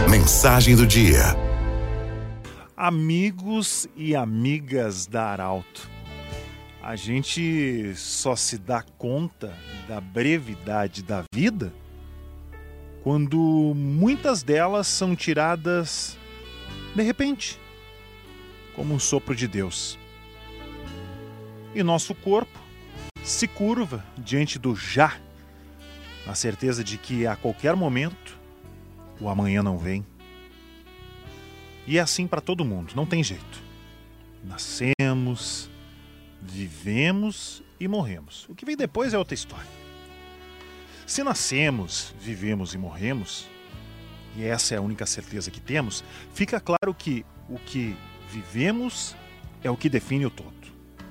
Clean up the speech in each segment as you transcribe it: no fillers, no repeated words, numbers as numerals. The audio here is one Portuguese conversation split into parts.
Mensagem do dia. Amigos e amigas da Arauto, a gente só se dá conta da brevidade da vida quando muitas delas são tiradas de repente, como um sopro de Deus. E nosso corpo se curva diante do já, na certeza de que a qualquer momento o amanhã não vem. E é assim para todo mundo, não tem jeito. Nascemos, vivemos e morremos. O que vem depois é outra história. Se nascemos, vivemos e morremos, e essa é a única certeza que temos, fica claro que o que vivemos é o que define o todo.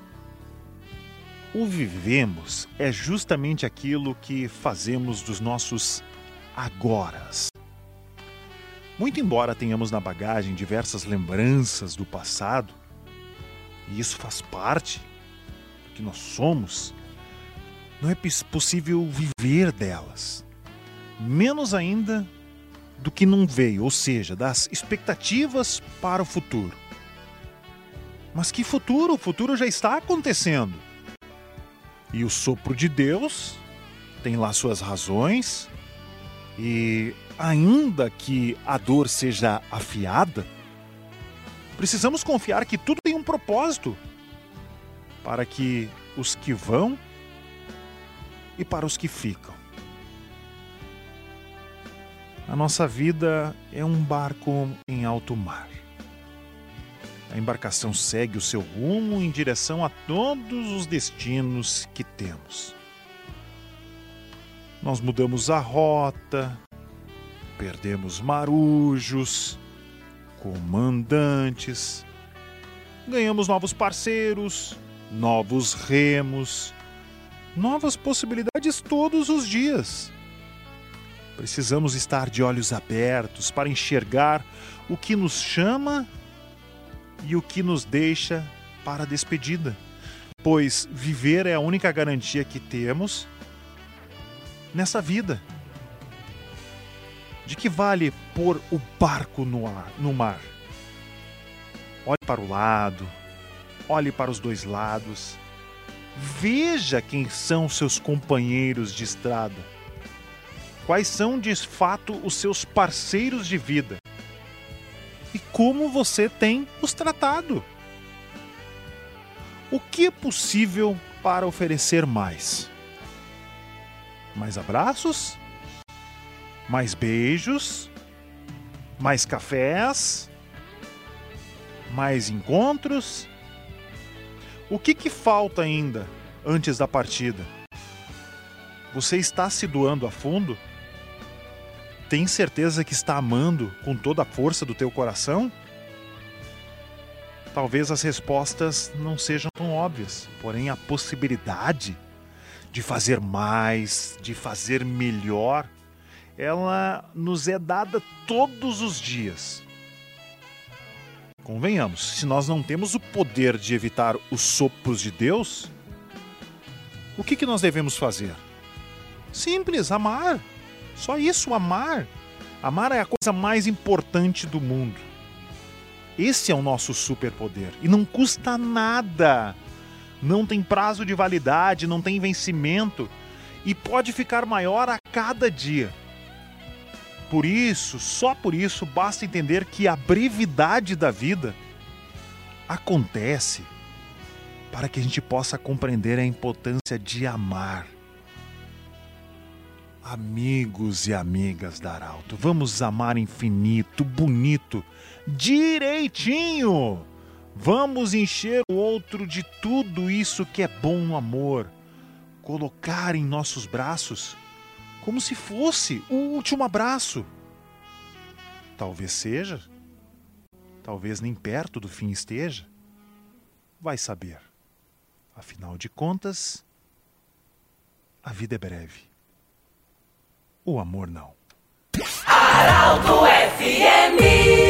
O vivemos é justamente aquilo que fazemos dos nossos agoras. Muito embora tenhamos na bagagem diversas lembranças do passado, e isso faz parte do que nós somos, não é possível viver delas. Menos ainda do que não veio, ou seja, das expectativas para o futuro. Mas que futuro? O futuro já está acontecendo. E o sopro de Deus tem lá suas razões, e ainda que a dor seja afiada, precisamos confiar que tudo tem um propósito para que os que vão e para os que ficam. A nossa vida é um barco em alto mar. A embarcação segue o seu rumo em direção a todos os destinos que temos. Nós mudamos a rota, perdemos marujos, comandantes, ganhamos novos parceiros, novos remos, novas possibilidades todos os dias. Precisamos estar de olhos abertos para enxergar o que nos chama e o que nos deixa para a despedida, pois viver é a única garantia que temos nessa vida. De que vale pôr o barco no mar? Olhe para o lado, olhe para os dois lados, veja quem são seus companheiros de estrada, quais são de fato os seus parceiros de vida e como você tem os tratado. O que é possível para oferecer mais? Mais abraços? Mais beijos? Mais cafés? Mais encontros? O que falta ainda antes da partida? Você está se doando a fundo? Tem certeza que está amando com toda a força do teu coração? Talvez as respostas não sejam tão óbvias, porém a possibilidade de fazer mais, de fazer melhor, ela nos é dada todos os dias. Convenhamos, se nós não temos o poder de evitar os sopros de Deus, o que nós devemos fazer? Simples, amar. Só isso, amar. Amar é a coisa mais importante do mundo. Esse é o nosso superpoder. E não custa nada. Não tem prazo de validade, não tem vencimento. E pode ficar maior a cada dia. Por isso, só por isso, basta entender que a brevidade da vida acontece para que a gente possa compreender a importância de amar. Amigos e amigas da Arauto, vamos amar infinito, bonito, direitinho. Vamos encher o outro de tudo isso que é bom no amor. Colocar em nossos braços como se fosse o último abraço. Talvez seja, talvez nem perto do fim esteja. Vai saber. Afinal de contas, a vida é breve. O amor não. Arauto FM